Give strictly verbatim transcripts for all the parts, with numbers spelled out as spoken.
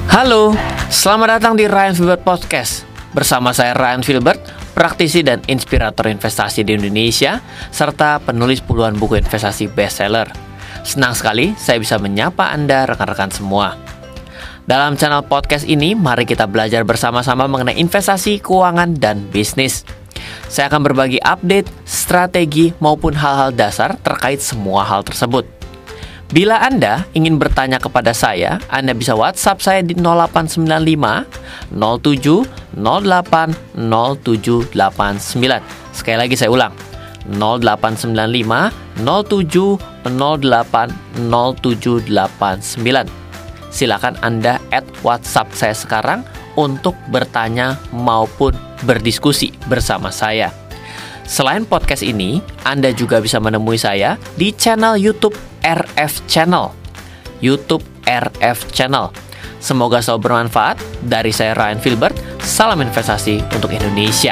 Halo, selamat datang di Ryan Filbert Podcast. Bersama saya Ryan Filbert, praktisi dan inspirator investasi di Indonesia, serta penulis puluhan buku investasi bestseller. Senang sekali saya bisa menyapa Anda rekan-rekan semua. Dalam channel podcast ini, mari kita belajar bersama-sama mengenai investasi, keuangan, dan bisnis. Saya akan berbagi update, strategi, maupun hal-hal dasar terkait semua hal tersebut. Bila Anda ingin bertanya kepada saya, Anda bisa WhatsApp saya di nol delapan sembilan lima nol tujuh nol delapan nol tujuh delapan sembilan. Sekali lagi saya ulang, nol delapan sembilan lima nol tujuh nol delapan nol tujuh delapan sembilan. Silakan Anda add WhatsApp saya sekarang untuk bertanya maupun berdiskusi bersama saya. Selain podcast ini, Anda juga bisa menemui saya di channel YouTube R F Channel. YouTube R F Channel. Semoga selalu bermanfaat. Dari saya Ryan Filbert, salam investasi untuk Indonesia.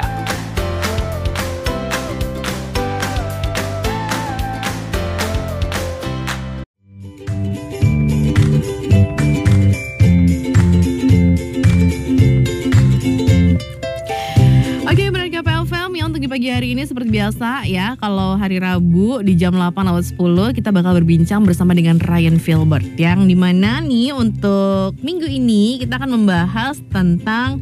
Pagi hari ini seperti biasa ya, kalau hari Rabu di jam delapan lewat sepuluh kita bakal berbincang bersama dengan Ryan Filbert, yang dimana nih untuk minggu ini kita akan membahas tentang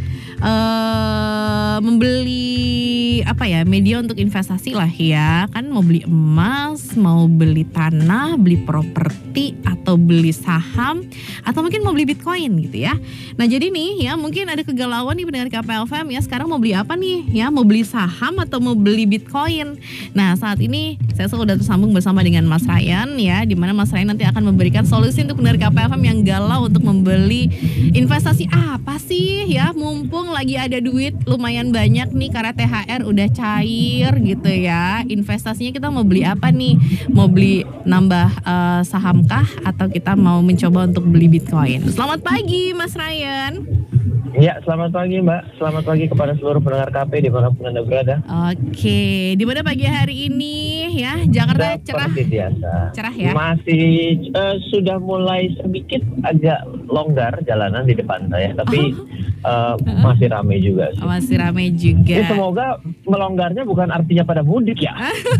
uh, membeli apa ya, media untuk investasi lah ya. Kan mau beli emas, mau beli tanah, beli properti, atau beli saham, atau mungkin mau beli Bitcoin gitu ya. Nah jadi nih ya, mungkin ada kegalauan nih pendengar K P L F M ya, sekarang mau beli apa nih ya, mau beli saham atau mau beli Bitcoin. Nah saat ini saya sudah tersambung bersama dengan Mas Ryan ya, dimana Mas Ryan nanti akan memberikan solusi untuk pendengar K P L F M yang galau untuk membeli investasi apa sih ya, mumpung lagi ada duit lumayan banyak nih karena T H R udah cair gitu ya. Investasinya kita mau beli apa nih, mau beli nambah uh, saham kah, atau kita mau mencoba untuk beli Bitcoin. Selamat pagi Mas Ryan. Ya, selamat pagi Mbak. Selamat pagi kepada seluruh pendengar K P dimanapun Anda berada. Oke, di mana pagi hari ini ya? Jakarta cerah. Seperti biasa. Cerah ya? Masih uh, sudah mulai sedikit agak longgar jalanan di depan saya, tapi oh. uh, masih ramai juga sih. Masih ramai juga. Jadi semoga melonggarnya bukan artinya pada mudik ya.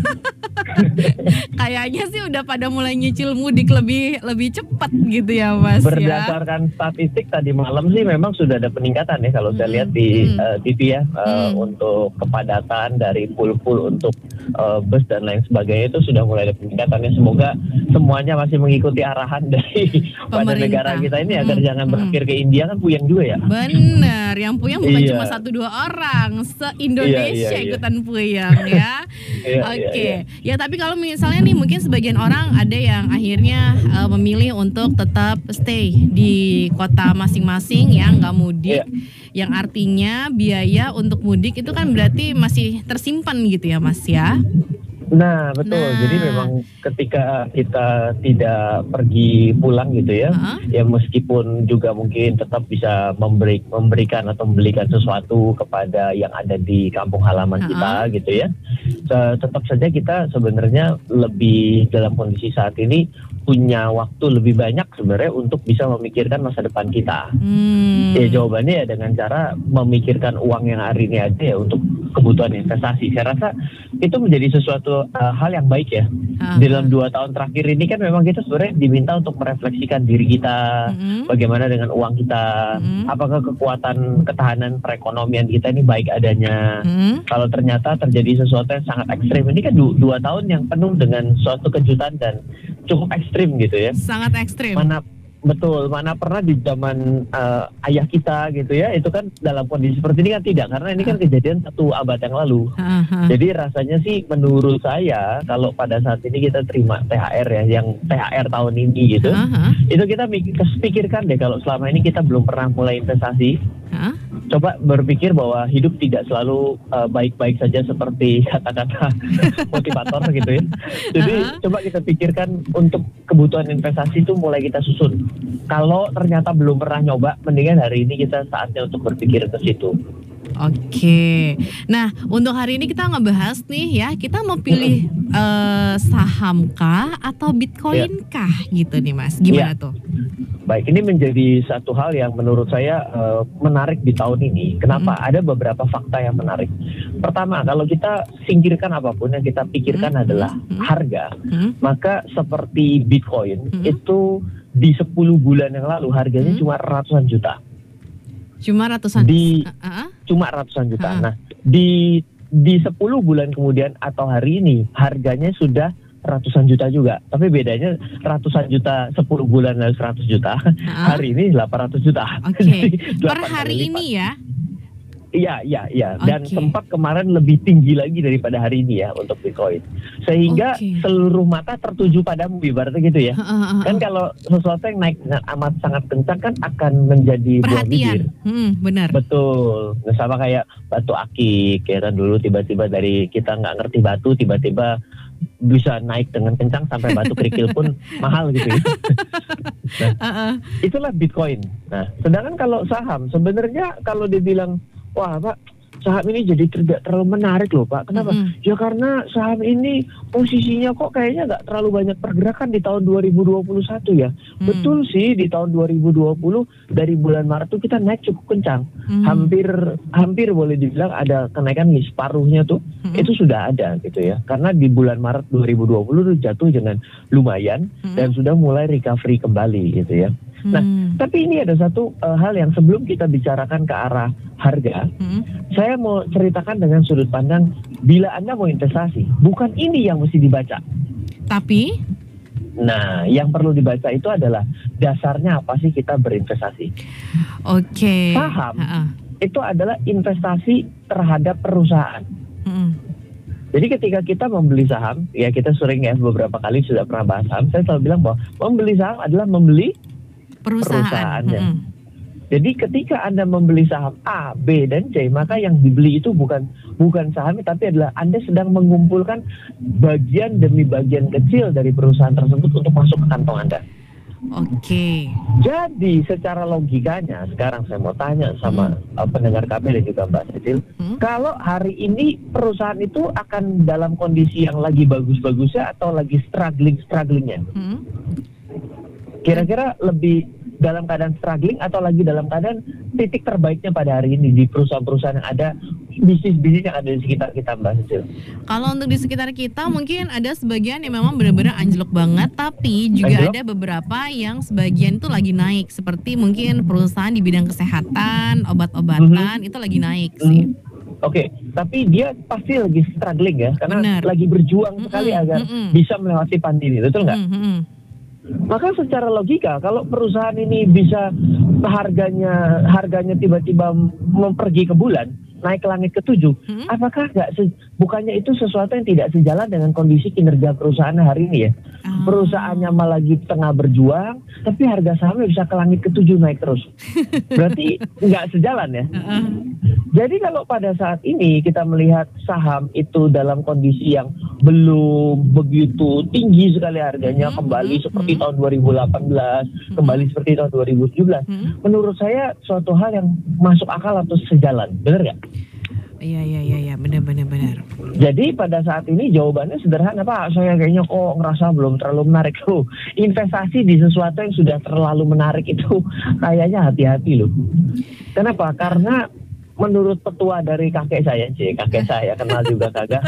Kayaknya sih udah pada mulai nyicil mudik lebih lebih cepat gitu ya Mas. Berdasarkan ya? statistik tadi malam sih memang sudah ada peningkatan ya kalau hmm. saya lihat di hmm. uh, T V ya uh, hmm. untuk kepadatan dari pool-pool untuk uh, bus dan lain sebagainya itu sudah mulai ada peningkatan ya. Semoga semuanya masih mengikuti arahan dari pada negara kita ini hmm. agar jangan berakhir ke India, kan puyeng juga ya. Bener, yang puyeng bukan iya. cuma satu dua orang, se-Indonesia iya, iya, iya. ikutan puyeng ya. iya, Oke, okay. iya, iya. Ya tapi kalau misalnya nih mungkin sebagian orang ada yang akhirnya uh, memilih untuk tetap stay di kota masing-masing ya, nggak mudik, yeah. yang artinya biaya untuk mudik itu kan berarti masih tersimpan gitu ya Mas ya. Nah betul, nah. Jadi memang ketika kita tidak pergi pulang gitu ya, uh-huh. ya meskipun juga mungkin tetap bisa memberi, memberikan atau membelikan sesuatu kepada yang ada di kampung halaman uh-huh. kita gitu ya, tetap saja kita sebenarnya lebih dalam kondisi saat ini punya waktu lebih banyak sebenarnya untuk bisa memikirkan masa depan kita. Hmm. Ya jawabannya ya dengan cara memikirkan uang yang hari ini ada ya untuk kebutuhan investasi. Saya rasa itu menjadi sesuatu uh, hal yang baik ya. Uh-huh. Di dalam dua tahun terakhir ini kan memang kita sebenarnya diminta untuk merefleksikan diri kita, uh-huh. bagaimana dengan uang kita, uh-huh. apakah kekuatan ketahanan perekonomian kita ini baik adanya. Uh-huh. Kalau ternyata terjadi sesuatu yang sangat ekstrim, ini kan du- dua tahun yang penuh dengan suatu kejutan dan cukup ekstrim gitu ya. Sangat ekstrim. Mana betul, mana pernah di zaman uh, ayah kita gitu ya, itu kan dalam kondisi seperti ini kan tidak, karena ini kan kejadian satu abad yang lalu. Uh-huh. Jadi rasanya sih menurut saya kalau pada saat ini kita terima T H R ya, yang T H R tahun ini gitu, uh-huh. itu kita pikirkan deh kalau selama ini kita belum pernah mulai investasi. Uh-huh. Coba berpikir bahwa hidup tidak selalu uh, baik-baik saja seperti kata-kata motivator gitu ya. Jadi uh-huh. coba kita pikirkan untuk kebutuhan investasi itu mulai kita susun. Kalau ternyata belum pernah nyoba, mendingan hari ini kita saatnya untuk berpikir ke situ. Oke. Nah, untuk hari ini kita ngebahas nih ya, kita mau pilih uh, saham kah atau Bitcoin kah gitu nih Mas. Gimana ya. tuh? Baik, ini menjadi satu hal yang menurut saya uh, menarik di tahun ini. Kenapa? Hmm. Ada beberapa fakta yang menarik. Pertama, kalau kita singkirkan apapun yang kita pikirkan hmm. adalah hmm. harga, hmm. maka seperti Bitcoin hmm. itu di sepuluh bulan yang lalu harganya hmm. cuma ratusan juta. Cuma ratusan di uh-uh. cuma ratusan juta. Uh-uh. Nah, di di sepuluh bulan kemudian atau hari ini harganya sudah ratusan juta juga. Tapi bedanya ratusan juta sepuluh bulan lalu seratus juta. Uh-huh. Hari ini delapan ratus juta. Oke. Okay. Per hari ini ya. Iya, iya, iya. Dan okay. sempat kemarin lebih tinggi lagi daripada hari ini ya untuk Bitcoin. Sehingga okay. seluruh mata tertuju padamu ibaratnya gitu ya. Uh-huh. Kan kalau sesuatu yang naik dengan amat sangat kencang kan akan menjadi buah bibir. Hmm, benar. Betul. Sama kayak batu akik ya kan, dulu tiba-tiba dari kita nggak ngerti batu tiba-tiba bisa naik dengan kencang sampai batu kerikil pun mahal gitu ya. Nah, uh-uh. itulah Bitcoin. Nah, sedangkan kalau saham sebenarnya kalau dibilang wah Pak, saham ini jadi tidak terlalu menarik loh Pak. Kenapa? Mm-hmm. Ya karena saham ini posisinya kok kayaknya nggak terlalu banyak pergerakan di tahun dua ribu dua puluh satu ya. Mm. Betul sih, di tahun dua ribu dua puluh dari bulan Maret itu kita naik cukup kencang. Mm. Hampir hampir boleh dibilang ada kenaikan nih separuhnya tuh. Mm-hmm. Itu sudah ada gitu ya. Karena di bulan Maret dua ribu dua puluh itu jatuh dengan lumayan mm-hmm. dan sudah mulai recovery kembali gitu ya. Nah, hmm. tapi ini ada satu uh, hal yang sebelum kita bicarakan ke arah harga, hmm. saya mau ceritakan dengan sudut pandang bila Anda mau investasi, bukan ini yang mesti dibaca. Tapi? Nah, yang perlu dibaca itu adalah dasarnya apa sih kita berinvestasi. Oke. Okay. Saham uh-uh. itu adalah investasi terhadap perusahaan. Hmm. Jadi ketika kita membeli saham, ya kita sering ya beberapa kali sudah pernah bahas saham, saya selalu bilang bahwa membeli saham adalah membeli perusahaan. perusahaannya. Hmm. Jadi ketika Anda membeli saham A, B, dan C, maka yang dibeli itu bukan bukan sahamnya, tapi adalah Anda sedang mengumpulkan bagian demi bagian kecil dari perusahaan tersebut untuk masuk ke kantong Anda. Oke. Okay. Jadi secara logikanya, sekarang saya mau tanya sama hmm. uh, pendengar K B dan juga Mbak Cecil, hmm? kalau hari ini perusahaan itu akan dalam kondisi yang lagi bagus-bagusnya atau lagi struggling-strugglingnya? Hmm? Kira-kira lebih dalam keadaan struggling atau lagi dalam keadaan titik terbaiknya pada hari ini di perusahaan-perusahaan yang ada, bisnis-bisnis yang ada di sekitar kita, Mbak Cecil? Kalau untuk di sekitar kita mungkin ada sebagian yang memang benar-benar anjlok banget, tapi juga anjlok? Ada beberapa yang sebagian itu lagi naik, seperti mungkin perusahaan di bidang kesehatan, obat-obatan, mm-hmm. itu lagi naik sih. Mm-hmm. Oke, okay. Tapi dia pasti lagi struggling ya, karena Bener. lagi berjuang mm-hmm. sekali agar mm-hmm. bisa melewati pandemi, betul nggak? Mm-hmm. Maka secara logika kalau perusahaan ini bisa harganya harganya tiba-tiba mempergi ke bulan, naik ke langit ketujuh, hmm? apakah nggak bukannya itu sesuatu yang tidak sejalan dengan kondisi kinerja perusahaan hari ini ya? Oh. Perusahaannya malah lagi tengah berjuang, tapi harga sahamnya bisa ke langit ketujuh naik terus. Berarti nggak sejalan ya? Uh-uh. Jadi kalau pada saat ini kita melihat saham itu dalam kondisi yang belum begitu tinggi sekali harganya, hmm, kembali hmm, seperti hmm. tahun dua ribu delapan belas, hmm. kembali seperti tahun dua ribu tujuh belas, hmm. menurut saya suatu hal yang masuk akal atau sejalan, benar nggak? Iya iya iya ya, benar benar benar. Jadi pada saat ini jawabannya sederhana Pak, saya kayaknya kok ngerasa belum terlalu menarik loh. Investasi di sesuatu yang sudah terlalu menarik itu kayaknya hati-hati loh. Kenapa? Karena menurut petua dari kakek saya, C, kakek saya kenal juga kagak,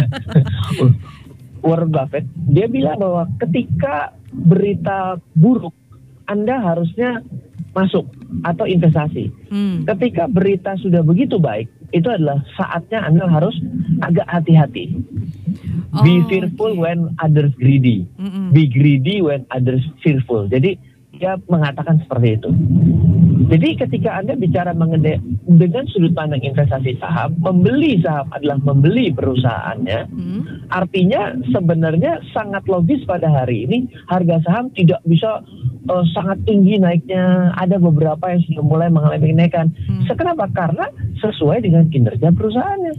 Warren Buffett, dia bilang bahwa ketika berita buruk, Anda harusnya masuk atau investasi. Hmm. Ketika berita sudah begitu baik, itu adalah saatnya Anda harus agak hati-hati. Oh, Be fearful okay. when others greedy. Mm-mm. Be greedy when others fearful. Jadi dia mengatakan seperti itu. Jadi ketika Anda bicara mengenai dengan sudut pandang investasi saham, membeli saham adalah membeli perusahaannya. Hmm. Artinya sebenarnya sangat logis pada hari ini harga saham tidak bisa uh, sangat tinggi naiknya. Ada beberapa yang sudah mulai mengalami kenaikan. Hmm. Kenapa? Karena sesuai dengan kinerja perusahaannya.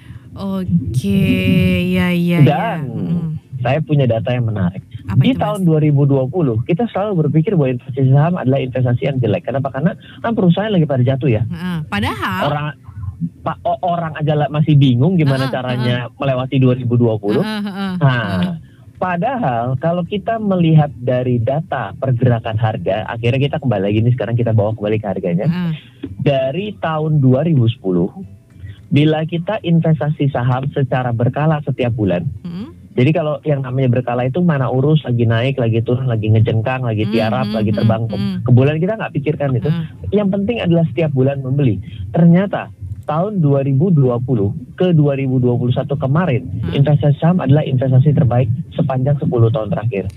Oke, ya ya. Dan ya. Hmm. saya punya data yang menarik. Apa di itu, tahun dua ribu dua puluh kita selalu berpikir bahwa investasi saham adalah investasi yang jelek. Kenapa? Karena kan perusahaan lagi pada jatuh ya. Uh, padahal orang pak orang aja masih bingung gimana uh-uh, caranya uh-uh. melewati dua ribu dua puluh. Uh-uh, uh-uh, Nah, uh-uh. padahal kalau kita melihat dari data pergerakan harga, akhirnya kita kembali lagi nih sekarang kita bawa kembali ke harganya. Uh. Dari tahun dua ribu sepuluh, bila kita investasi saham secara berkala setiap bulan, uh. jadi kalau yang namanya berkala itu mana urus, lagi naik, lagi turun, lagi ngejengkang, lagi tiarap, mm-hmm, lagi terbang ke, ke bulan, kita nggak pikirkan itu. Mm. Yang penting adalah setiap bulan membeli. Ternyata tahun dua ribu dua puluh ke dua ribu dua puluh satu kemarin, mm. investasi saham adalah investasi terbaik sepanjang sepuluh tahun terakhir.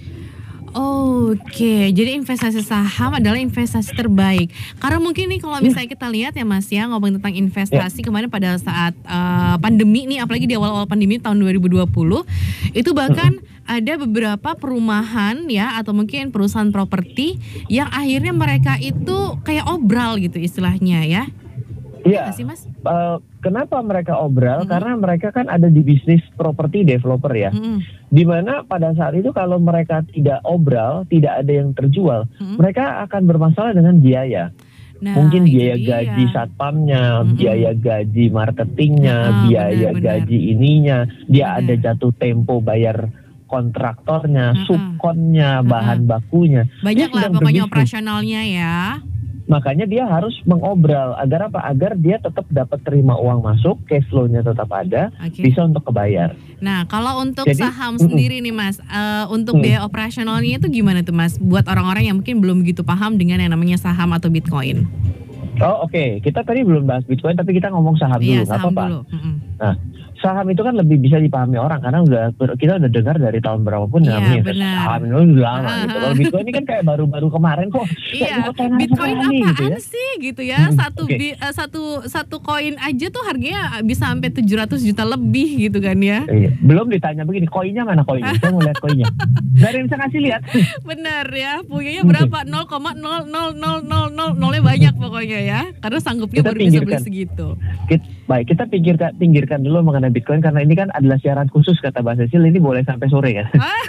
Oke, jadi investasi saham adalah investasi terbaik. Karena mungkin nih kalau misalnya kita lihat ya Mas ya, ngomong tentang investasi yeah. kemarin pada saat uh, pandemi nih, apalagi di awal-awal pandemi tahun dua ribu dua puluh, itu bahkan mm-hmm. ada beberapa perumahan ya atau mungkin perusahaan properti yang akhirnya mereka itu kayak obral gitu istilahnya ya. Iya. Ya, Mas? Uh, kenapa mereka obral? Mm-hmm. Karena mereka kan ada di bisnis properti developer ya. Mm-hmm. Dimana pada saat itu kalau mereka tidak obral, tidak ada yang terjual, mm-hmm. mereka akan bermasalah dengan biaya. Nah, mungkin biaya dia. gaji satpamnya, mm-hmm. biaya gaji marketingnya, nah, biaya benar, gaji benar. ininya, dia benar. ada jatuh tempo bayar kontraktornya, uh-uh. subkonnya, uh-uh. bahan bakunya. Banyak lah pokoknya operasionalnya ya. Makanya dia harus mengobral agar apa? Agar dia tetap dapat terima uang masuk, cash flow-nya tetap ada, okay. bisa untuk kebayar. Nah, kalau untuk Jadi, saham mm-mm. sendiri nih Mas, uh, untuk mm. biaya operasionalnya itu gimana tuh Mas? Buat orang-orang yang mungkin belum begitu paham dengan yang namanya saham atau Bitcoin. Oh oke, okay. kita tadi belum bahas Bitcoin tapi kita ngomong saham iya, dulu, nggak apa-apa. Dulu. Nah, saham itu kan lebih bisa dipahami orang karena udah kita udah dengar dari tahun berapapun iya, namanya saham itu udah lama uh-huh. gitu. Kalau Bitcoin ini kan kayak baru-baru kemarin kok. Iya, Bitcoin apaan gitu ya? sih gitu ya? Hmm, satu okay. bi, uh, satu satu koin aja tuh harganya bisa sampai tujuh ratus juta lebih gitu kan ya? Iya. Belum ditanya begini, koinnya mana koinnya? Saya mau lihat koinnya. Gak ada yang bisa ngasih lihat. Bener ya, punyanya berapa? nol koma nol nol nol nol nol nolnya banyak pokoknya ya. Karena sanggupnya kita baru bisa beli segitu. Kita, baik, kita pinggirkan, pinggirkan dulu mengenai Bitcoin karena ini kan adalah siaran khusus kata Mbak Cecil, ini boleh sampai sore kan?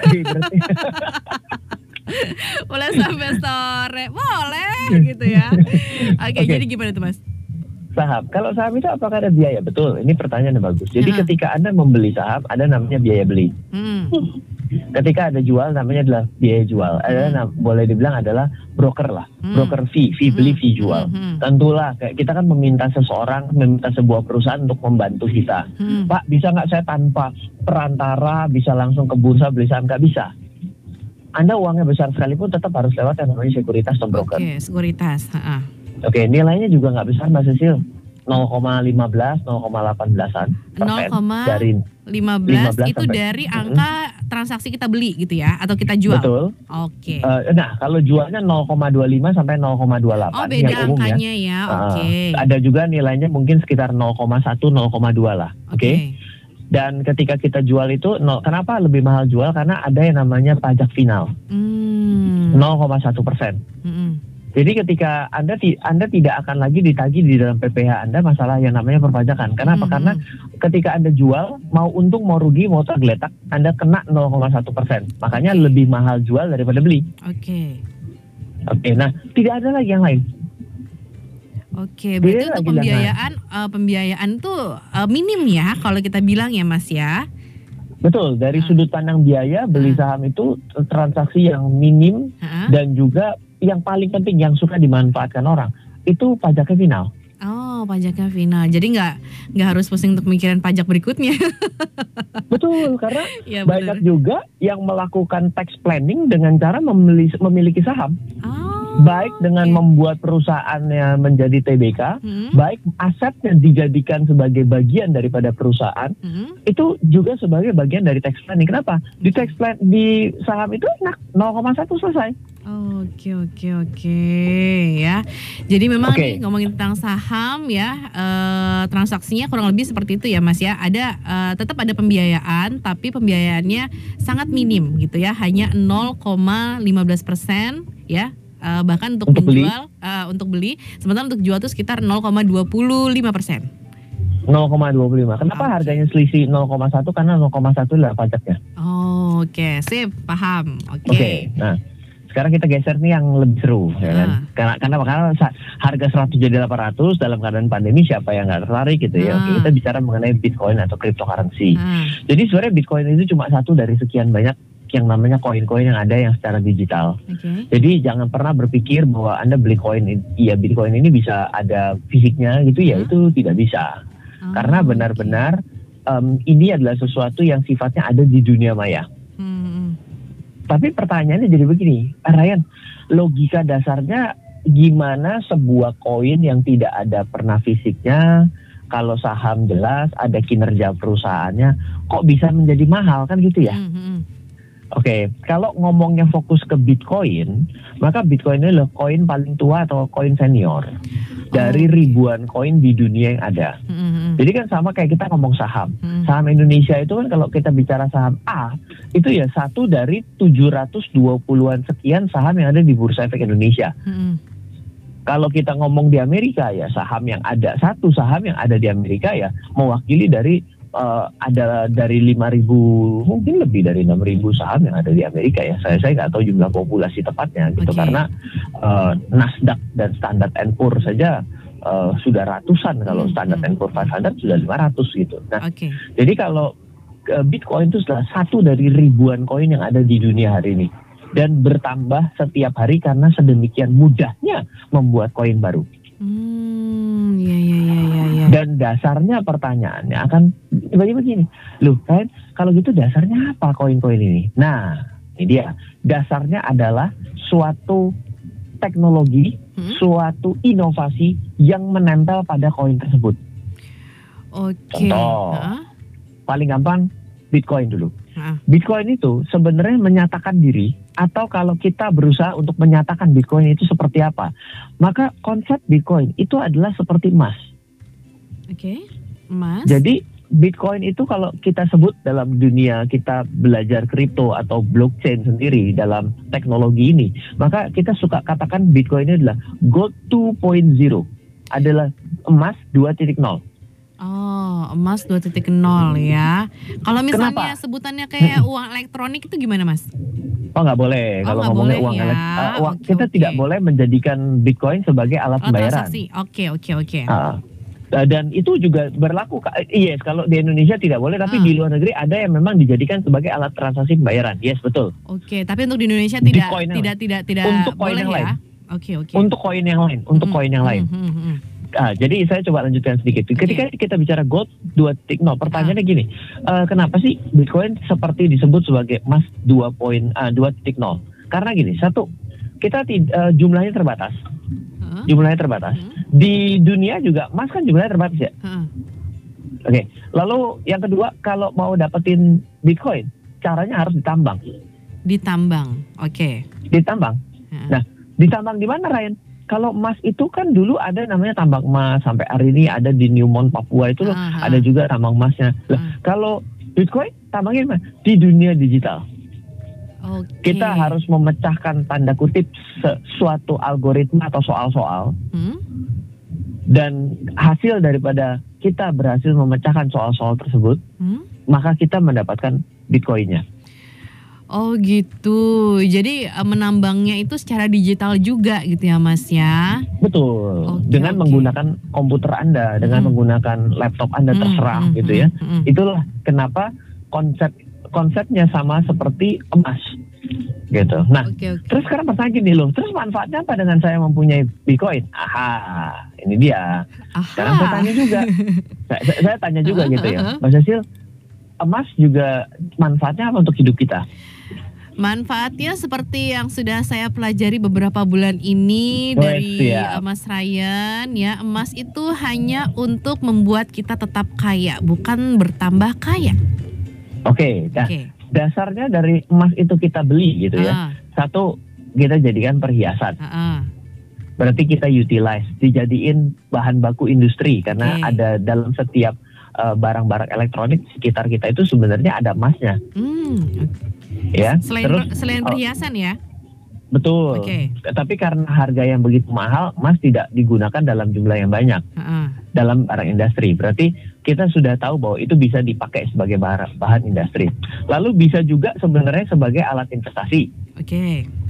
Boleh sampai sore, boleh gitu ya. Oke, okay, okay. Jadi gimana tuh Mas? Saham, kalau saham itu apakah ada biaya? Betul, ini pertanyaan yang bagus. Jadi uh-huh. ketika Anda membeli saham, ada namanya biaya beli. Hmm. Ketika ada jual, namanya adalah biaya jual. Ada nah, boleh dibilang adalah broker lah, hmm. broker fee, fee beli, fee jual. Hmm. Tentulah, kayak kita kan meminta seseorang, meminta sebuah perusahaan untuk membantu kita. Hmm. Pak, bisa nggak saya tanpa perantara bisa langsung ke bursa beli saham? Nggak bisa. Anda uangnya besar sekalipun tetap harus lewat yang namanya sekuritas atau broker. Oke, okay, sekuritas. Ha-ha. Oke, nilainya juga nggak besar Mbak Cecil. nol koma lima belas, nol koma delapan belasan persen dari lima belas itu sampai, dari angka mm-hmm. transaksi kita beli gitu ya atau kita jual. Betul. Oke. Okay. Uh, nah, kalau jualnya nol koma dua lima sampai nol koma dua delapan. Oh, beda angkanya ya. ya. Oke. Okay. Uh, ada juga nilainya mungkin sekitar nol koma satu, nol koma dua lah. Oke. Okay? Okay. Dan ketika kita jual itu, no, kenapa lebih mahal jual? Karena ada yang namanya pajak final. Mm. nol koma satu persen. Mm-hmm. Jadi ketika Anda Anda tidak akan lagi ditagih di dalam P P H Anda masalah yang namanya perpajakan. Kenapa? Mm-hmm. Karena ketika Anda jual, mau untung mau rugi mau tergeletak, Anda kena nol koma satu persen. Makanya okay. lebih mahal jual daripada beli. Oke. Okay. Oke. Okay, nah, tidak ada lagi yang lain. Oke, okay, berarti untuk pembiayaan uh, pembiayaan tuh uh, minim ya kalau kita bilang ya Mas ya. Betul, dari uh. sudut pandang biaya beli uh. saham itu transaksi yang minim uh. dan juga yang paling penting yang suka dimanfaatkan orang itu pajaknya final. Oh, pajaknya final. Jadi nggak nggak harus pusing untuk mikirin pajak berikutnya. Betul, karena ya, banyak bener. juga yang melakukan tax planning dengan cara memilih, memiliki saham. Oh. Baik dengan okay. membuat perusahaannya menjadi T B K, hmm. baik asetnya dijadikan sebagai bagian daripada perusahaan, hmm. itu juga sebagai bagian dari tax planning. Kenapa? Di tax plan di saham itu enak nol koma satu selesai. Oke oke oke ya. Jadi memang okay. nih, ngomongin tentang saham ya, uh, transaksinya kurang lebih seperti itu ya Mas ya. Ada uh, tetap ada pembiayaan, tapi pembiayaannya sangat minim gitu ya, hanya nol koma lima belas persen ya. Uh, bahkan untuk, untuk menjual, beli. Uh, untuk beli, sementara untuk jual itu sekitar nol koma dua lima persen. nol koma dua lima. Kenapa okay. harganya selisih nol koma satu? Karena nol koma satu adalah pajaknya. Oh, oke, okay. Sip, paham. Oke. Okay. Okay. Nah, sekarang kita geser nih yang lebih seru, ya kan? Ah. Karena karena karena harga seratus jadi delapan ratus dalam keadaan pandemi, siapa yang nggak tertarik gitu ya? Ah. Oke, kita bicara mengenai Bitcoin atau cryptocurrency. Ah. Jadi sebenarnya Bitcoin itu cuma satu dari sekian banyak yang namanya koin-koin yang ada yang secara digital. Okay. Jadi jangan pernah berpikir bahwa Anda beli koin, iya Bitcoin ini bisa ada fisiknya gitu ya, Hmm? itu tidak bisa. Oh, Karena benar-benar um, ini adalah sesuatu yang sifatnya ada di dunia maya. Hmm. Tapi pertanyaannya jadi begini, Ryan, logika dasarnya gimana sebuah koin yang tidak ada pernah fisiknya, kalau saham jelas, ada kinerja perusahaannya, kok bisa menjadi mahal kan gitu ya? Hmm, hmm. Oke, kalau ngomongnya fokus ke Bitcoin, maka Bitcoin ini adalah koin paling tua atau koin senior dari Oh, oke. ribuan koin di dunia yang ada. Hmm, hmm. Jadi kan sama kayak kita ngomong saham. Hmm. Saham Indonesia itu kan kalau kita bicara saham A, itu ya satu dari tujuh ratus dua puluhan sekian saham yang ada di Bursa Efek Indonesia. Hmm. Kalau kita ngomong di Amerika ya saham yang ada, satu saham yang ada di Amerika ya mewakili dari uh, ada dari lima ribu, mungkin lebih dari enam ribu saham yang ada di Amerika ya. Saya saya nggak tahu jumlah populasi tepatnya gitu. Oke. Karena uh, Nasdaq dan Standard and Poor saja uh, sudah ratusan, kalau Hmm, Standard hmm. and Poor lima ratus sudah lima ratus gitu. Nah, Oke. jadi kalau uh, Bitcoin itu adalah satu dari ribuan koin yang ada di dunia hari ini. Dan bertambah setiap hari karena sedemikian mudahnya membuat koin baru. Hmm, ya ya ya ya ya. Dan dasarnya pertanyaannya akan tiba-tiba begini, loh kan kalau gitu dasarnya apa koin-koin ini? Nah, ini dia. Dasarnya adalah suatu teknologi, Hmm? suatu inovasi yang menempel pada koin tersebut. Oke. Contoh. Hah? Paling gampang Bitcoin dulu. Hah? Bitcoin itu sebenarnya menyatakan diri, atau kalau kita berusaha untuk menyatakan Bitcoin itu seperti apa, maka konsep Bitcoin itu adalah seperti emas. Oke. Mas. Jadi Bitcoin itu kalau kita sebut dalam dunia kita belajar kripto atau blockchain sendiri dalam teknologi ini, maka kita suka katakan Bitcoin ini adalah gold dua titik nol, adalah emas dua titik nol. Oh, emas dua titik nol ya. Kalau misalnya Kenapa? sebutannya kayak uang elektronik itu gimana, Mas? Oh nggak boleh Oh, kalau nggak ngomongnya boleh uang ya. elek- uh, uang Oke, kita oke. tidak boleh menjadikan Bitcoin sebagai alat Oh, pembayaran. transaksi. Oke, oke, oke. Ah. Uh, dan itu juga berlaku, Kak. Yes, kalau di Indonesia tidak boleh, tapi Ah. di luar negeri ada yang memang dijadikan sebagai alat transaksi pembayaran. Yes, betul. Oke, tapi untuk di Indonesia tidak Bitcoin yang tidak tidak tidak Untuk koin boleh yang ya. lain. Oke, oke. Untuk koin yang lain, untuk Mm-mm, koin yang lain. mm-mm, mm-mm. Ah, jadi saya coba lanjutkan sedikit. Ketika kita bicara gold dua titik nol, pertanyaannya Ah. gini, eh, kenapa sih Bitcoin seperti disebut sebagai emas dua titik nol? Karena gini, satu, kita tid- eh, jumlahnya terbatas, Heeh. jumlahnya terbatas. Hmm. Di dunia juga emas kan jumlahnya terbatas ya. Heeh. Oke, lalu yang kedua, kalau mau dapetin Bitcoin, caranya harus ditambang. Ditambang. Oke. Ditambang. Heeh. Nah, ditambang di mana, Ryan? Kalau emas itu kan dulu ada namanya tambang emas, sampai hari ini ada di Newmont Papua itu loh, Ah, ah. ada juga tambang emasnya. Lah, Ah. kalau Bitcoin tambangnya di mana? Di dunia digital. Oke. Kita harus memecahkan tanda kutip suatu algoritma atau soal-soal, Hmm? dan hasil daripada kita berhasil memecahkan soal-soal tersebut, Hmm? maka kita mendapatkan Bitcoinnya. Oh gitu. Jadi eh, menambangnya itu secara digital juga gitu ya, Mas ya. Betul. Oke, Dengan oke. menggunakan komputer Anda, dengan Hmm. menggunakan laptop Anda, Hmm, terserah hmm, gitu hmm, ya. hmm. Itulah kenapa konsep konsepnya sama seperti emas gitu. Nah, Oke, oke. terus sekarang pertanyaan gini loh, terus manfaatnya apa dengan saya mempunyai Bitcoin? Aha, ini dia. Sekarang saya Aha. tanya juga, saya, saya, saya tanya juga Uh, gitu uh, ya, uh. Mas Cecil, emas juga manfaatnya apa untuk hidup kita? Manfaatnya seperti yang sudah saya pelajari beberapa bulan ini Wes, dari siap. eh, Mas Ryan ya, emas itu hanya untuk membuat kita tetap kaya, bukan bertambah kaya. Oke, nah, Oke. dasarnya dari emas itu kita beli gitu ya. Ah, Satu, kita jadikan perhiasan. ah, ah. Berarti kita utilize, dijadiin bahan baku industri karena Oke. ada dalam setiap uh, barang-barang elektronik sekitar kita itu sebenarnya ada emasnya, Hmm. ya. Selain Terus selain oh, perhiasan ya. betul. Oke. Tapi karena harga yang begitu mahal, emas tidak digunakan dalam jumlah yang banyak Ah, ah. dalam barang industri. Berarti kita sudah tahu bahwa itu bisa dipakai sebagai bahan, bahan industri. Lalu bisa juga sebenarnya sebagai alat investasi. Oke.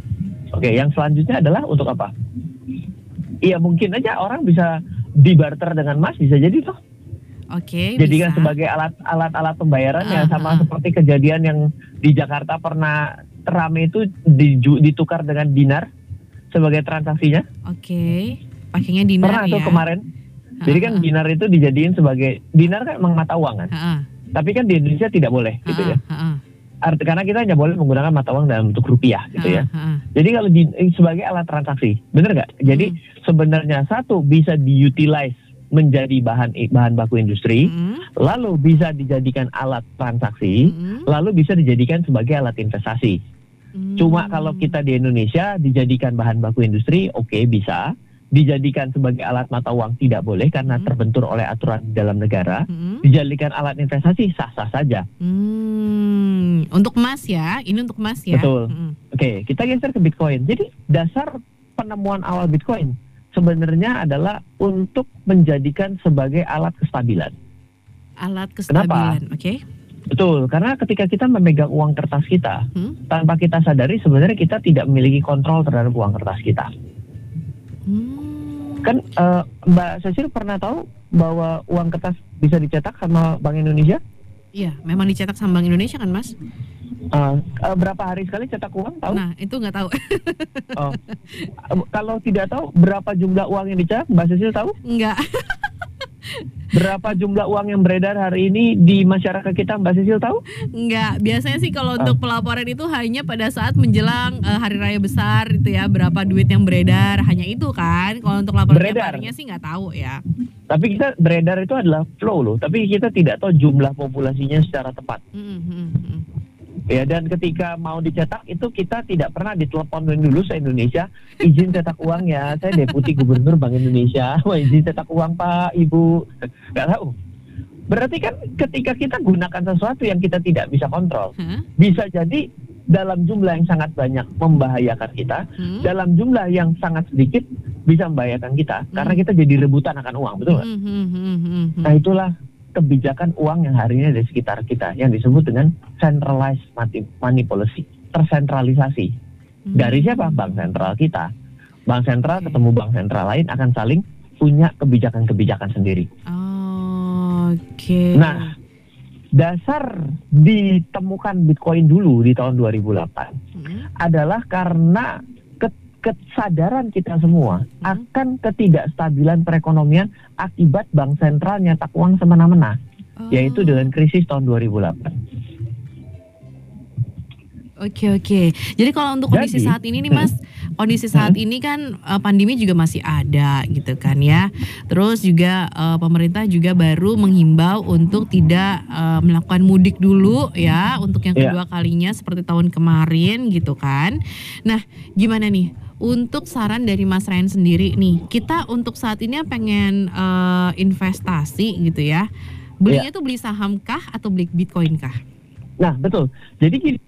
Oke, yang selanjutnya adalah untuk apa? Iya, mungkin aja orang bisa dibarter dengan emas, bisa jadi toh. Oke, jadikan bisa. sebagai alat alat alat pembayaran uh, ya, sama uh. seperti kejadian yang di Jakarta pernah rame itu diju, ditukar dengan dinar sebagai transaksinya. Oke, pakainya dinar pernah ya. tuh kemarin. Uh, Jadi kan uh. dinar itu dijadiin sebagai, dinar kan memang mata uang kan. Uh, uh. Tapi kan di Indonesia tidak boleh uh, gitu ya. Uh, uh. Arti, karena kita hanya boleh menggunakan mata uang dalam bentuk rupiah gitu ya. Uh, uh. Jadi kalau di, sebagai alat transaksi, bener nggak? Jadi uh. sebenarnya satu bisa diutilize menjadi bahan bahan baku industri, mm-hmm. lalu bisa dijadikan alat transaksi, mm-hmm. lalu bisa dijadikan sebagai alat investasi. Mm-hmm. Cuma kalau kita di Indonesia dijadikan bahan baku industri, oke okay, bisa. Dijadikan sebagai alat mata uang tidak boleh karena mm-hmm. terbentur oleh aturan di dalam negara. Mm-hmm. Dijadikan alat investasi sah-sah saja. Mm, untuk emas ya, ini untuk emas ya. Betul. Mm-hmm. Oke, okay, kita geser ke Bitcoin. Jadi dasar penemuan awal Bitcoin sebenarnya adalah untuk menjadikan sebagai alat kestabilan. Alat kestabilan, oke. Okay. Betul, karena ketika kita memegang uang kertas kita, hmm? tanpa kita sadari sebenarnya kita tidak memiliki kontrol terhadap uang kertas kita. Hmm. Kan uh, Mbak Cecil pernah tahu bahwa uang kertas bisa dicetak sama Bank Indonesia? Iya, memang dicetak sama Bank Indonesia kan, Mas? Uh, uh, berapa hari sekali cetak uang, tahu? Nah, itu nggak tahu. Oh. Uh, kalau tidak tahu berapa jumlah uang yang dicetak, Mbak Cecil tahu? Enggak. Berapa jumlah uang yang beredar hari ini di masyarakat kita, Mbak Cecil tahu? Enggak, biasanya sih kalau untuk pelaporan itu hanya pada saat menjelang uh, hari raya besar itu ya, berapa duit yang beredar, hanya itu kan. Kalau untuk laporan tiap harinya sih nggak tahu ya. Tapi kita beredar itu adalah flow loh, tapi kita tidak tahu jumlah populasinya secara tepat. Mm-hmm. Ya, dan ketika mau dicetak itu kita tidak pernah diteleponin dulu se-Indonesia, izin cetak uang ya, saya Deputi Gubernur Bank Indonesia, wah izin cetak uang Pak, Ibu, nggak tahu. Berarti kan ketika kita gunakan sesuatu yang kita tidak bisa kontrol, hmm? bisa jadi dalam jumlah yang sangat banyak membahayakan kita, hmm? dalam jumlah yang sangat sedikit bisa membahayakan kita, hmm? karena kita jadi rebutan akan uang, betul nggak? Hmm, hmm, hmm, hmm, hmm. Nah itulah kebijakan uang yang hari ini ada di sekitar kita yang disebut dengan centralized money policy, tersentralisasi. Hmm. Dari siapa? Bank sentral kita. Bank sentral okay. ketemu bank sentral lain akan saling punya kebijakan-kebijakan sendiri. Oh, Oke. Okay. Nah, dasar ditemukan Bitcoin dulu di tahun dua ribu delapan hmm. adalah karena kesadaran kita semua hmm. akan ketidakstabilan perekonomian akibat bank sentral nyetak uang semena-mena, oh. yaitu dengan krisis tahun dua ribu delapan. Oke oke. Jadi kalau untuk kondisi Jadi, saat ini nih Mas, hmm. kondisi saat hmm. ini kan uh, pandemi juga masih ada gitu kan ya. Terus juga uh, pemerintah juga baru menghimbau untuk tidak uh, melakukan mudik dulu ya untuk yang kedua yeah. kalinya seperti tahun kemarin gitu kan. Nah, gimana nih? Untuk saran dari Mas Ryan sendiri nih, kita untuk saat ini pengen uh, investasi gitu ya. Belinya ya. tuh beli saham kah atau beli Bitcoin kah? Nah betul. Jadi gini.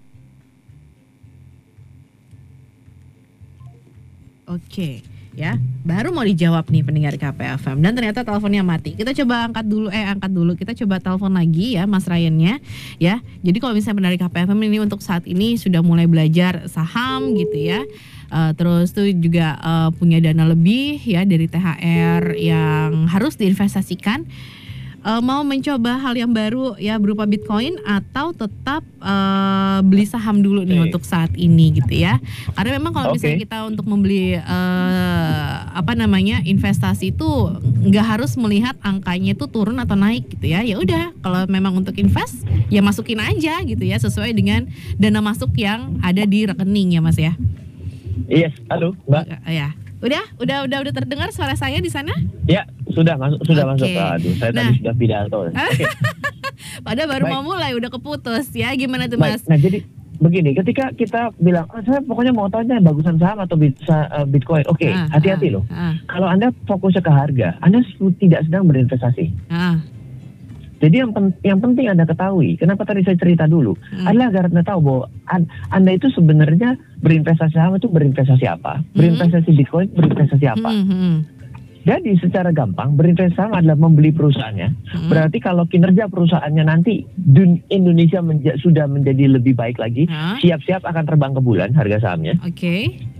Oke, ya. Baru mau dijawab nih pendengar K P F M dan ternyata teleponnya mati. Kita coba angkat dulu, eh angkat dulu. Kita coba telepon lagi ya Mas Ryan-nya, ya. Jadi kalau misalnya pendengar K P F M ini untuk saat ini sudah mulai belajar saham gitu ya. Uh, terus tuh juga uh, punya dana lebih ya dari T H R yang harus diinvestasikan, uh, mau mencoba hal yang baru ya berupa Bitcoin atau tetap uh, beli saham dulu nih okay. untuk saat ini gitu ya. Karena memang kalau okay. misalnya kita untuk membeli uh, apa namanya investasi itu nggak harus melihat angkanya itu turun atau naik gitu ya. Ya udah kalau memang untuk invest ya masukin aja gitu ya sesuai dengan dana masuk yang ada di rekening ya Mas ya. Yes, halo Mbak. Ya, udah, udah, udah, udah terdengar suara saya di sana? Ya, sudah masuk, sudah okay. masuk. Aduh, saya nah. tadi sudah pidato. Okay. Padahal baru Baik. mau mulai, udah keputus ya. Gimana tuh Mas? Baik. Nah, jadi begini, ketika kita bilang, oh, saya pokoknya mau tahu aja bagusan saham atau Bitcoin. Oke, okay, ah, hati-hati ah, loh. Ah. Kalau Anda fokusnya ke harga, Anda tidak sedang berinvestasi. Ah. Jadi yang, pen, yang penting Anda ketahui, kenapa tadi saya cerita dulu, hmm. adalah agar Anda tahu bahwa an, Anda itu sebenarnya berinvestasi saham itu berinvestasi apa, hmm. berinvestasi Bitcoin, berinvestasi apa. Hmm. Hmm. Jadi secara gampang berinvestasi saham adalah membeli perusahaannya. Hmm. Berarti kalau kinerja perusahaannya nanti dun, Indonesia menja, sudah menjadi lebih baik lagi, siap-siap hmm. akan terbang ke bulan harga sahamnya. Oke. Okay.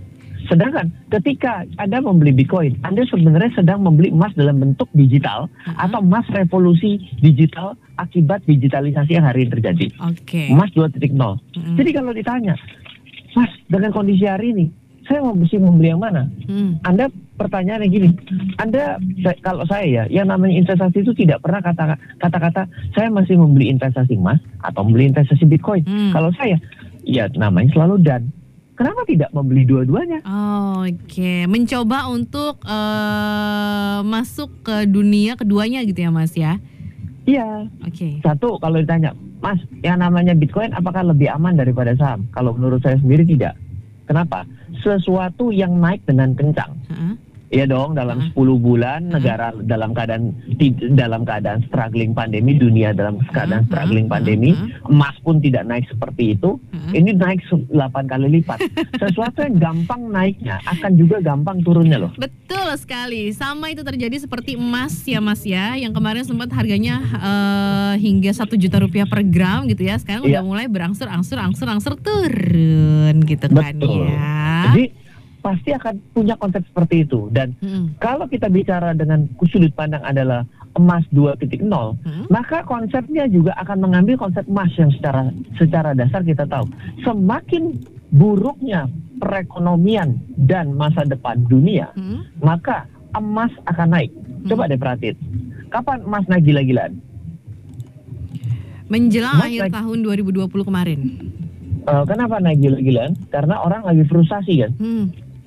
Sedangkan ketika Anda membeli Bitcoin, Anda sebenarnya sedang membeli emas dalam bentuk digital uh-huh. atau emas revolusi digital akibat digitalisasi yang hari ini terjadi. Okay. Emas dua titik nol. Uh-huh. Jadi kalau ditanya, Mas, dengan kondisi hari ini, saya mau mesti membeli yang mana? Hmm. Anda pertanyaannya gini, Anda kalau saya ya, yang namanya investasi itu tidak pernah kata kata-kata saya masih membeli investasi emas atau membeli investasi Bitcoin. Hmm. Kalau saya, ya namanya selalu dan. Kenapa tidak membeli dua-duanya? Oh, Oke, okay. Mencoba untuk uh, masuk ke dunia keduanya gitu ya Mas ya? Iya. Oke. Okay. Satu, kalau ditanya, Mas, yang namanya Bitcoin apakah lebih aman daripada saham? Kalau menurut saya sendiri tidak. Kenapa? Sesuatu yang naik dengan kencang. Uh-huh. Iya dong, dalam uh-huh. sepuluh bulan negara uh-huh. dalam keadaan dalam keadaan struggling pandemi, dunia dalam keadaan uh-huh. struggling pandemi, uh-huh. emas pun tidak naik seperti itu. Uh-huh. Ini naik delapan kali lipat. Sesuatu yang gampang naiknya akan juga gampang turunnya loh. Betul sekali. Sama itu terjadi seperti emas ya Mas ya, yang kemarin sempat harganya uh, hingga satu juta rupiah per gram gitu ya. Sekarang yeah. udah mulai berangsur angsur angsur angsur turun gitu kan. Betul. Ya. Jadi pasti akan punya konsep seperti itu. Dan hmm. kalau kita bicara dengan sudut pandang adalah emas dua titik nol, hmm. maka konsepnya juga akan mengambil konsep emas yang secara secara dasar kita tahu. Semakin buruknya perekonomian dan masa depan dunia, hmm. maka emas akan naik. Coba hmm. deh perhatiin. Kapan emas naik gila-gilaan? Menjelang emas akhir naik, tahun dua ribu dua puluh kemarin. Uh, kenapa naik gila-gilaan? Karena orang lagi frustasi kan. Hmm.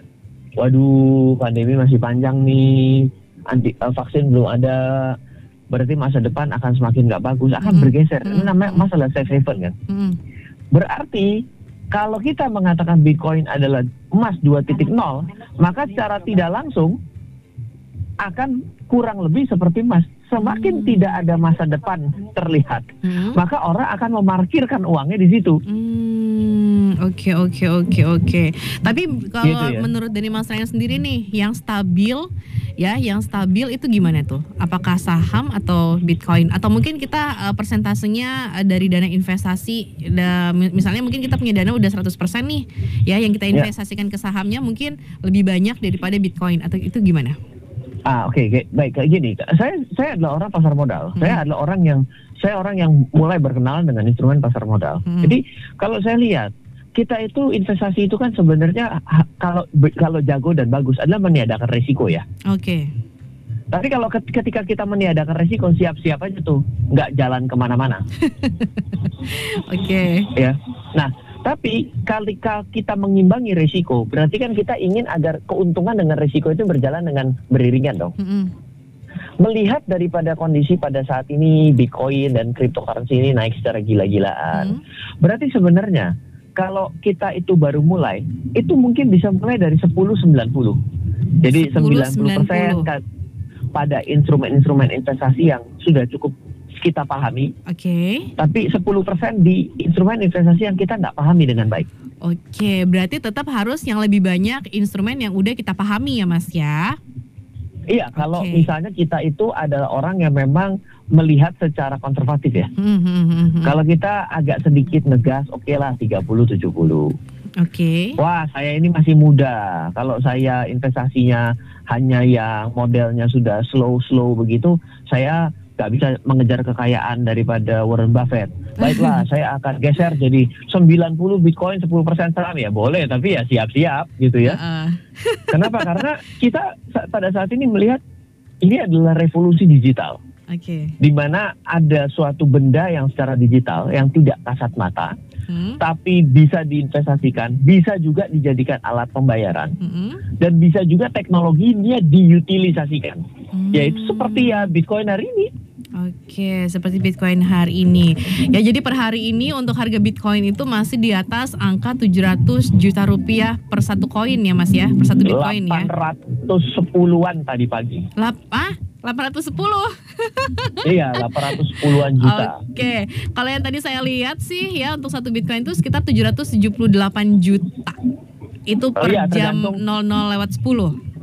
Waduh, pandemi masih panjang nih, anti uh, vaksin belum ada, berarti masa depan akan semakin nggak bagus, akan mm-hmm. bergeser. Mm-hmm. Ini namanya masalah safe haven kan. Mm-hmm. Berarti kalau kita mengatakan Bitcoin adalah emas dua titik nol, maka secara tidak langsung akan kurang lebih seperti emas. Semakin hmm. tidak ada masa depan terlihat, hmm. maka orang akan memarkirkan uangnya di situ. Hmm, oke oke oke oke. Tapi kalau gitu ya? Menurut dari Mas Ryan sendiri nih, yang stabil, ya, yang stabil itu gimana tuh? Apakah saham atau Bitcoin? Atau mungkin kita uh, persentasenya uh, dari dana investasi, da, misalnya mungkin kita punya dana udah seratus persen nih, ya, yang kita investasikan ya. Ke sahamnya mungkin lebih banyak daripada Bitcoin, atau itu gimana? Ah oke, okay, baik kayak gini. Saya saya adalah orang pasar modal. Hmm. Saya adalah orang yang saya orang yang mulai berkenalan dengan instrumen pasar modal. Hmm. Jadi kalau saya lihat kita itu investasi itu kan sebenarnya ha, kalau kalau jago dan bagus adalah meniadakan resiko ya. Oke. Okay. Tapi kalau ketika kita meniadakan resiko, siap-siap aja tuh nggak jalan kemana-mana. Oke. Okay. Ya. Nah. Tapi ketika kita mengimbangi resiko, berarti kan kita ingin agar keuntungan dengan resiko itu berjalan dengan beriringan dong. Mm-hmm. Melihat daripada kondisi pada saat ini Bitcoin dan cryptocurrency ini naik secara gila-gilaan, mm-hmm. berarti sebenarnya kalau kita itu baru mulai, itu mungkin bisa mulai dari sepuluh sembilan puluh. Jadi sembilan puluh persen pada instrumen-instrumen investasi yang sudah cukup kita pahami, oke. Okay. Tapi sepuluh persen di instrumen investasi yang kita nggak pahami dengan baik. Oke, okay, berarti tetap harus yang lebih banyak instrumen yang udah kita pahami ya Mas ya? Iya, okay. Kalau misalnya kita itu adalah orang yang memang melihat secara konservatif ya. Hmm, hmm, hmm, hmm. Kalau kita agak sedikit ngegas, oke okay lah tiga puluh tujuh puluh. Oke. Okay. Wah, saya ini masih muda. Kalau saya investasinya hanya yang modelnya sudah slow-slow begitu, saya nggak bisa mengejar kekayaan daripada Warren Buffett. Baiklah, saya akan geser jadi sembilan puluh Bitcoin, sepuluh persen saham ya boleh, tapi ya siap-siap gitu ya. Uh-uh. Kenapa? Karena kita pada saat ini melihat ini adalah revolusi digital. Oke. Okay. Di mana ada suatu benda yang secara digital yang tidak kasat mata, hmm. tapi bisa diinvestasikan, bisa juga dijadikan alat pembayaran, hmm. dan bisa juga teknologinya diutilisasikan. Hmm. Yaitu seperti ya Bitcoin hari ini. Oke, seperti Bitcoin hari ini. Ya, jadi per hari ini untuk harga Bitcoin itu masih di atas angka tujuh ratus juta rupiah per satu koin ya Mas ya, per satu Bitcoin ya. delapan ratus sepuluhan tadi pagi. Lap, ah? delapan ratus sepuluh. Iya, delapan ratus sepuluhan juta. Oke, kalau yang tadi saya lihat sih ya untuk satu Bitcoin itu sekitar tujuh ratus tujuh puluh delapan juta. Itu per oh, iya, jam nol nol lewat sepuluh.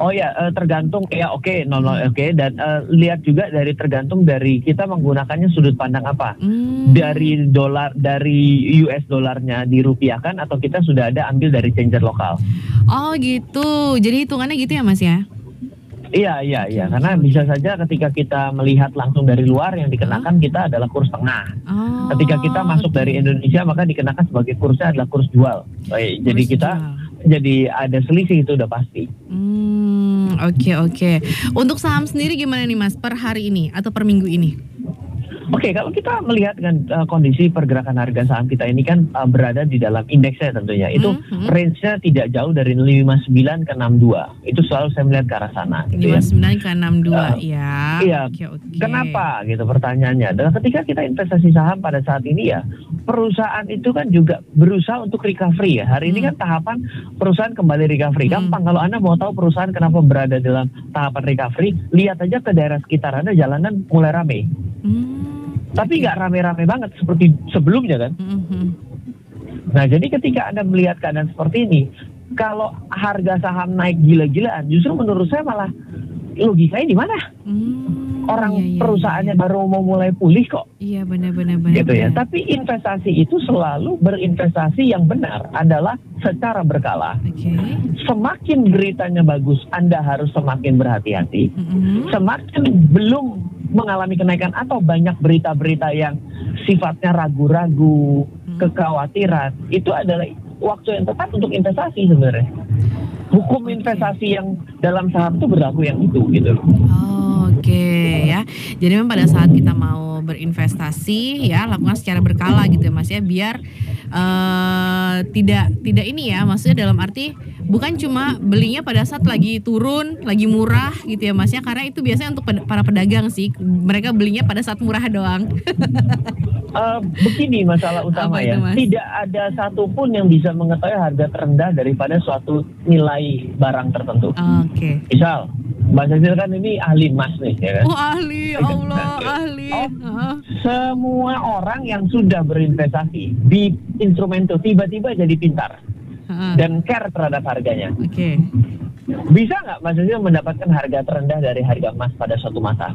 Oh ya, uh, tergantung ya oke, okay, nol nol oke okay, dan uh, lihat juga dari tergantung dari kita menggunakannya sudut pandang apa. Hmm. Dari dolar dari U S dolarnya dirupiahkan atau kita sudah ada ambil dari changer lokal. Oh gitu. Jadi hitungannya gitu ya Mas ya? Iya, iya, iya. Karena bisa saja ketika kita melihat langsung dari luar yang dikenakan kita adalah kurs tengah. Oh, ketika kita masuk dari Indonesia maka dikenakan sebagai kursnya adalah kurs jual. Baik, kurs jadi kita jual. Jadi ada selisih itu udah pasti. Hmm, oke okay, oke. Okay. Untuk saham sendiri gimana nih Mas per hari ini atau per minggu ini? Oke, okay, kalau kita melihat dengan uh, kondisi pergerakan harga saham kita ini kan uh, berada di dalam indeksnya tentunya. Itu mm-hmm. range-nya tidak jauh dari lima puluh sembilan ke enam puluh dua. Itu selalu saya melihat ke arah sana. Gitu lima puluh sembilan ya. ke enam puluh dua, uh, ya. Iya. Okay, okay. Kenapa gitu pertanyaannya? Adalah ketika kita investasi saham pada saat ini ya, perusahaan itu kan juga berusaha untuk recovery ya. Hari hmm. ini kan tahapan perusahaan kembali recovery. Hmm. Gampang kalau Anda mau tahu perusahaan kenapa berada dalam tahapan recovery, lihat aja ke daerah sekitar Anda jalanan mulai rame. Hmm. Tapi nggak rame-rame banget seperti sebelumnya kan. Mm-hmm. Nah jadi ketika Anda melihat keadaan seperti ini, kalau harga saham naik gila-gilaan, justru menurut saya malah logikanya di mana? Mm, Orang iya, iya, perusahaannya iya. baru mau mulai pulih kok. Iya benar-benar. Gitu ya. Tapi investasi itu selalu berinvestasi yang benar adalah secara berkala. Okay. Semakin beritanya bagus, Anda harus semakin berhati-hati. Mm-hmm. Semakin belum mengalami kenaikan atau banyak berita-berita yang sifatnya ragu-ragu, hmm. kekhawatiran, itu adalah waktu yang tepat untuk investasi sebenarnya. Hukum okay. investasi yang dalam saham itu berlaku yang itu gitu. Oh, Oke okay, ya. Jadi memang pada saat kita mau berinvestasi ya lakukan secara berkala gitu ya Mas ya, biar uh, tidak tidak ini ya, maksudnya dalam arti bukan cuma belinya pada saat lagi turun, lagi murah gitu ya Mas ya, karena itu biasanya untuk para pedagang sih, mereka belinya pada saat murah doang. uh, begini masalah utama ya, tidak ada satupun yang bisa mengetahui harga terendah daripada suatu nilai barang tertentu. Oke. Okay. Misal Mbak Cecil kan ini ahli emas nih ya kan? Oh ahli, Allah ahli. Oh, uh-huh. Semua orang yang sudah berinvestasi di instrumen itu tiba-tiba jadi pintar uh-huh. dan care terhadap harganya. Oke. Okay. Bisa nggak Mbak Cecil mendapatkan harga terendah dari harga emas pada suatu masa?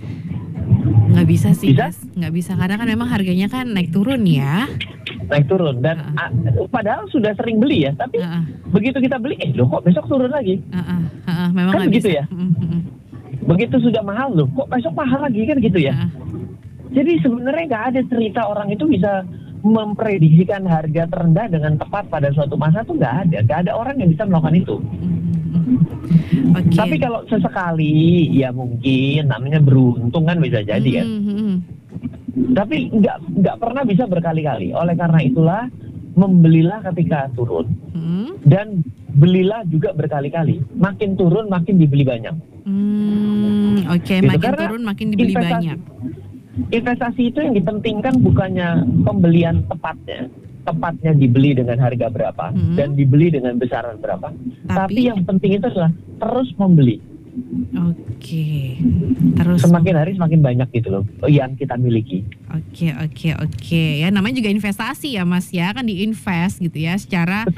Nggak bisa sih, bisa? Mas. Nggak bisa, karena kan memang harganya kan naik turun ya. Naik turun dan uh-uh. a, padahal sudah sering beli ya, tapi uh-uh. begitu kita beli, eh loh kok besok turun lagi? Uh-uh. Uh-uh. Memang kan begitu bisa. Ya. Uh-uh. Begitu sudah mahal loh, kok besok mahal lagi kan gitu ya. Uh-uh. Jadi sebenarnya nggak ada cerita orang itu bisa memprediksikan harga terendah dengan tepat pada suatu masa tuh nggak ada, nggak ada orang yang bisa melakukan itu. Okay. Tapi kalau sesekali ya mungkin namanya beruntung kan bisa jadi kan. Mm-hmm. Tapi nggak nggak pernah bisa berkali-kali. Oleh karena itulah membelilah ketika turun mm-hmm. dan belilah juga berkali-kali. Makin turun makin dibeli banyak. Mm, Oke, okay. gitu. Makin karena turun makin dibeli investasi, banyak. Investasi itu yang dipentingkan bukannya pembelian tepatnya. Tepatnya dibeli dengan harga berapa hmm. dan dibeli dengan besaran berapa. Tapi, Tapi yang penting itu adalah terus membeli. Oke. Terus semakin hari semakin banyak gitu loh yang kita miliki. Oke, oke, oke. Ya namanya juga investasi ya Mas ya, kan diinvest gitu ya secara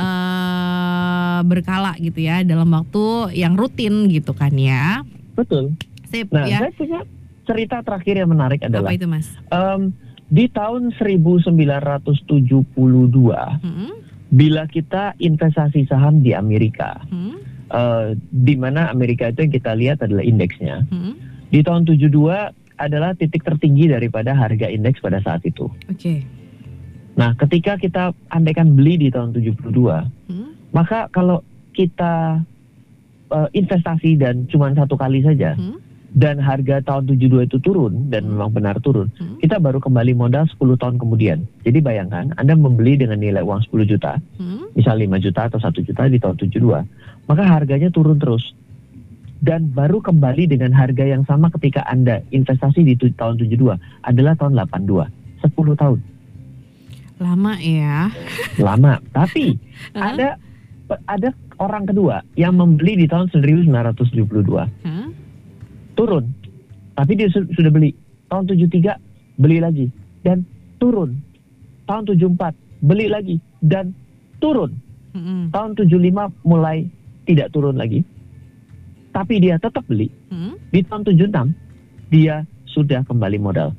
uh, berkala gitu ya dalam waktu yang rutin gitu kan ya. Betul. Sip, nah, ya. saya punya cerita terakhir yang menarik adalah apa itu Mas? Um, Di tahun seribu sembilan ratus tujuh puluh dua, hmm. bila kita investasi saham di Amerika, hmm. uh, di mana Amerika itu yang kita lihat adalah indeksnya. Hmm. Di tahun tujuh puluh dua adalah titik tertinggi daripada harga indeks pada saat itu. Oke. Okay. Nah, ketika kita andaikan beli di tahun tujuh puluh dua, hmm. maka kalau kita uh, investasi dan cuma satu kali saja, hmm. dan harga tahun tujuh puluh dua itu turun dan memang benar turun, hmm. kita baru kembali modal sepuluh tahun kemudian. Jadi bayangkan Anda membeli dengan nilai uang sepuluh juta, hmm. misal lima juta atau satu juta di tahun tujuh puluh dua, maka harganya turun terus. Dan baru kembali dengan harga yang sama ketika Anda investasi di tu- tahun tujuh puluh dua adalah tahun delapan puluh dua, sepuluh tahun. Lama ya. Lama, tapi ada ada orang kedua yang membeli di tahun seribu sembilan ratus tujuh puluh dua. Hmm? Turun, tapi dia su- sudah beli tahun tujuh puluh tiga, beli lagi dan turun. Tahun tujuh puluh empat beli lagi dan turun. Mm-hmm. Tahun tujuh puluh lima mulai tidak turun lagi. tapi dia tetap beli, hmm? di tahun tujuh puluh enam dia sudah kembali modal.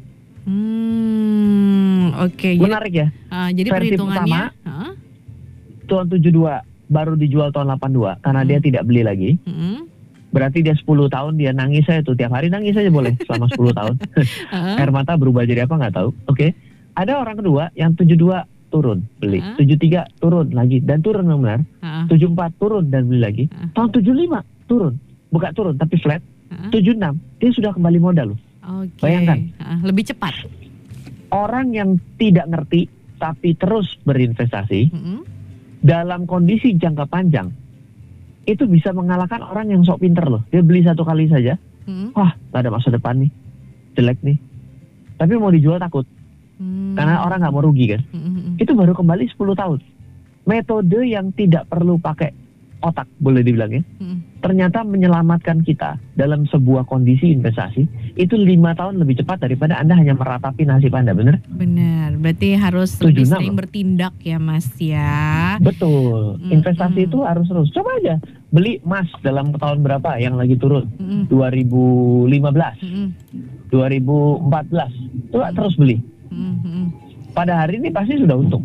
Hmm, oke. Okay. Menarik ya. Uh, jadi versi perhitungannya pertama, huh? tahun tujuh puluh dua baru dijual tahun delapan puluh dua karena hmm. dia tidak beli lagi. Hmm. Berarti dia sepuluh tahun dia nangis saya tuh tiap hari nangis aja boleh selama sepuluh tahun. uh-huh. Air mata berubah jadi apa nggak tahu. Oke. Okay. Ada orang kedua yang tujuh puluh dua turun beli, uh-huh. tujuh puluh tiga turun lagi dan turun benar. Uh-huh. tujuh puluh empat turun dan beli lagi. Uh-huh. Tahun tujuh puluh lima turun, bukan turun tapi flat. Uh-huh. tujuh puluh enam dia sudah kembali modal loh. Okay. Bayangkan. Uh, lebih cepat. Orang yang tidak ngerti tapi terus berinvestasi uh-huh. dalam kondisi jangka panjang itu bisa mengalahkan orang yang sok pinter loh. Dia beli satu kali saja, hmm. wah gak ada masa depan nih, jelek nih. Tapi mau dijual takut, hmm. karena orang gak mau rugi kan. Hmm. Itu baru kembali sepuluh tahun. Metode yang tidak perlu pakai otak, boleh dibilang ya. Hmm. Ternyata menyelamatkan kita dalam sebuah kondisi investasi, itu lima tahun lebih cepat daripada Anda hanya meratapi nasib Anda, bener? Benar, berarti harus lebih sering bertindak ya Mas ya. Betul, mm-hmm. investasi itu harus terus. Coba aja, beli emas dalam tahun berapa yang lagi turun? Mm-hmm. dua ribu lima belas, mm-hmm. dua ribu empat belas, coba mm-hmm. terus beli. Mm-hmm. Pada hari ini pasti sudah untung.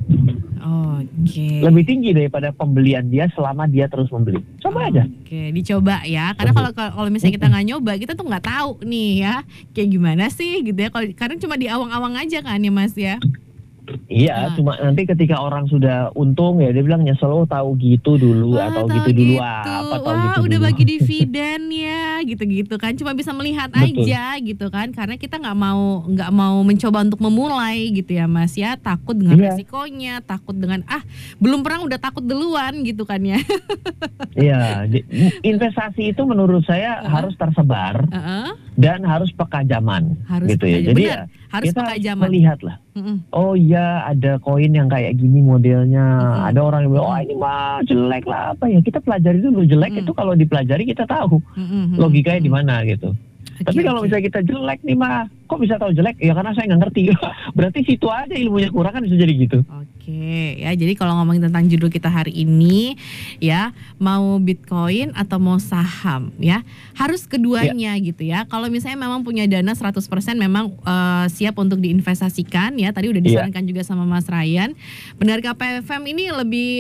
Oke. Lebih tinggi daripada pembelian dia selama dia terus membeli. Coba aja. Oke, dicoba ya. Karena kalau kalau misalnya kita nggak nyoba, kita tuh nggak tahu nih ya, kayak gimana sih gitu ya. Kalau karena cuma di awang-awang aja kan ya Mas ya. Iya, nah. cuma nanti ketika orang sudah untung ya dia bilang nyesel lo tahu gitu dulu Wah, atau tahu gitu dulu gitu. apa tahu Wah, gitu udah dulu. bagi dividen ya, gitu-gitu kan. Cuma bisa melihat Betul. aja gitu kan. Karena kita nggak mau nggak mau mencoba untuk memulai gitu ya Mas ya. Takut dengan iya. resikonya, takut dengan ah belum pernah udah takut duluan gitu kan ya. Iya, investasi itu menurut saya uh-huh. harus tersebar uh-huh. dan harus peka zaman. Harus gitu ya. Jadi Jadi benar, ya, harus kita peka zaman. Melihat lah. Uh-uh. Oh iya ada koin yang kayak gini modelnya. Uh-uh. Ada orang yang bilang, oh ini mah jelek lah apa ya. Kita pelajari dulu jelek uh-uh. itu kalau dipelajari kita tahu uh-uh. logikanya uh-uh. di mana gitu. Okay, Tapi kalau okay. misalnya kita jelek nih mah, kok bisa tahu jelek? Ya karena saya nggak ngerti. Berarti situ aja ilmunya kurang kan bisa jadi gitu. Oke, okay. ya jadi kalau ngomongin tentang judul kita hari ini, ya mau Bitcoin atau mau saham, ya harus keduanya yeah. gitu ya. Kalau misalnya memang punya dana seratus persen memang uh, siap untuk diinvestasikan, ya tadi udah disarankan yeah. juga sama Mas Ryan. Benar K P F M ini lebih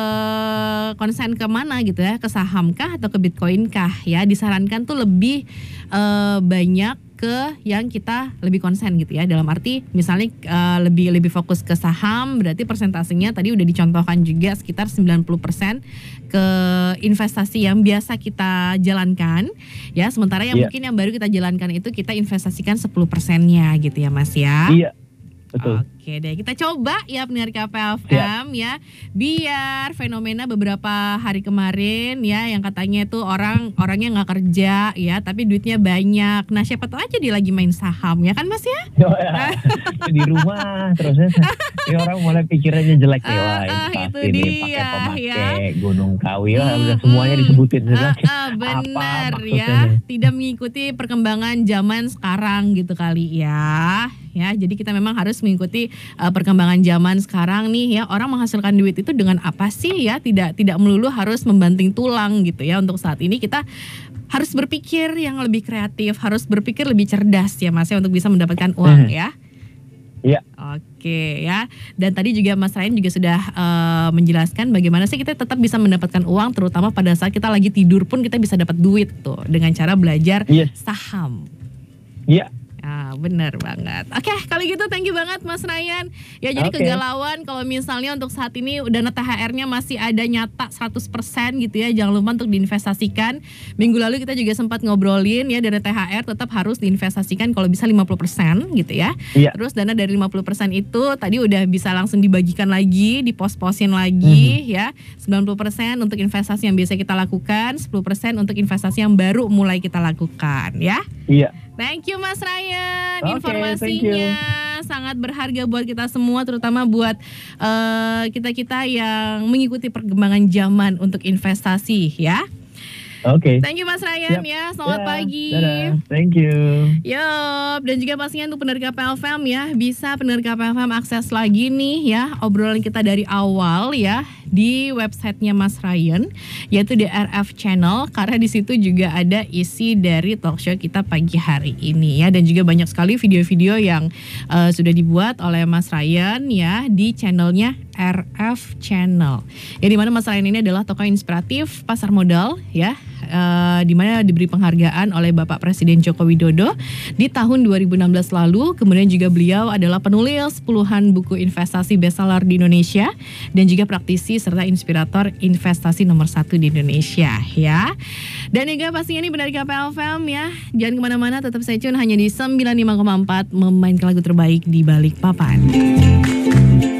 uh, konsen ke mana gitu ya? Ke saham kah atau ke Bitcoin kah? Ya disarankan tuh lebih uh, banyak ke yang kita lebih konsen gitu ya, dalam arti misalnya uh, lebih lebih fokus ke saham, berarti persentasenya tadi udah dicontohkan juga sekitar sembilan puluh persen ke investasi yang biasa kita jalankan ya, sementara yang yeah. mungkin yang baru kita jalankan itu kita investasikan sepuluh persennya gitu ya Mas ya. Iya. Betul. Oke deh, kita coba ya pendengar K P F M ya. ya, biar fenomena beberapa hari kemarin ya, yang katanya itu orang orangnya nggak kerja ya, tapi duitnya banyak. Nah siapa tahu aja dia lagi main saham ya kan Mas ya? Oh, ya. Di rumah terusnya, ya orang mulai pikirannya jelek nih, wah ini uh, pasti ini nih pakai pemakai ya. Gunung Kawi, hmm, udah semuanya disebutin. Uh, uh, benar ya, tidak mengikuti perkembangan zaman sekarang gitu kali ya. Ya, jadi kita memang harus mengikuti uh, perkembangan zaman sekarang nih ya. Orang menghasilkan duit itu dengan apa sih ya? Tidak tidak melulu harus membanting tulang gitu ya. Untuk saat ini kita harus berpikir yang lebih kreatif, harus berpikir lebih cerdas ya Mas ya, untuk bisa mendapatkan uang ya. Iya. Oke ya. Dan tadi juga Mas Ryan juga sudah uh, menjelaskan bagaimana sih kita tetap bisa mendapatkan uang, terutama pada saat kita lagi tidur pun kita bisa dapat duit tuh dengan cara belajar yes. saham. Iya. Ah, benar banget. Oke, kalau gitu thank you banget Mas Ryan. Ya jadi okay. kegalauan kalau misalnya untuk saat ini dana T H R-nya masih ada nyata seratus persen gitu ya. Jangan lupa untuk diinvestasikan. Minggu lalu kita juga sempat ngobrolin ya, dana T H R tetap harus diinvestasikan kalau bisa lima puluh persen gitu ya. Yeah. Terus dana dari lima puluh persen itu tadi udah bisa langsung dibagikan lagi, dipos-posin lagi mm-hmm. ya. sembilan puluh persen untuk investasi yang biasa kita lakukan, sepuluh persen untuk investasi yang baru mulai kita lakukan ya. Iya. Yeah. Thank you Mas Ryan, okay, informasinya sangat berharga buat kita semua, terutama buat uh, kita-kita yang mengikuti perkembangan zaman untuk investasi ya. Oke. Okay. Thank you Mas Ryan yep. ya. Selamat yeah. pagi. Dadah. Thank you. Yup. Dan juga pastinya untuk pendengar K P F M ya, bisa pendengar K P F M akses lagi nih ya obrolan kita dari awal ya di websitenya Mas Ryan, yaitu D R F Channel, karena di situ juga ada isi dari talk show kita pagi hari ini ya, dan juga banyak sekali video-video yang uh, sudah dibuat oleh Mas Ryan ya di channelnya R F Channel. Ya, di mana Mas Ryan ini adalah tokoh inspiratif pasar modal ya. Uh, di mana diberi penghargaan oleh Bapak Presiden Joko Widodo di tahun dua ribu enam belas lalu. Kemudian juga beliau adalah penulis puluhan buku investasi bestseller di Indonesia dan juga praktisi serta inspirator investasi nomor satu di Indonesia ya. Dan juga pastinya ini benar di K P L F M ya. Jangan kemana-mana, tetap stay tune hanya di sembilan puluh lima koma empat memainkan lagu terbaik di balik papan.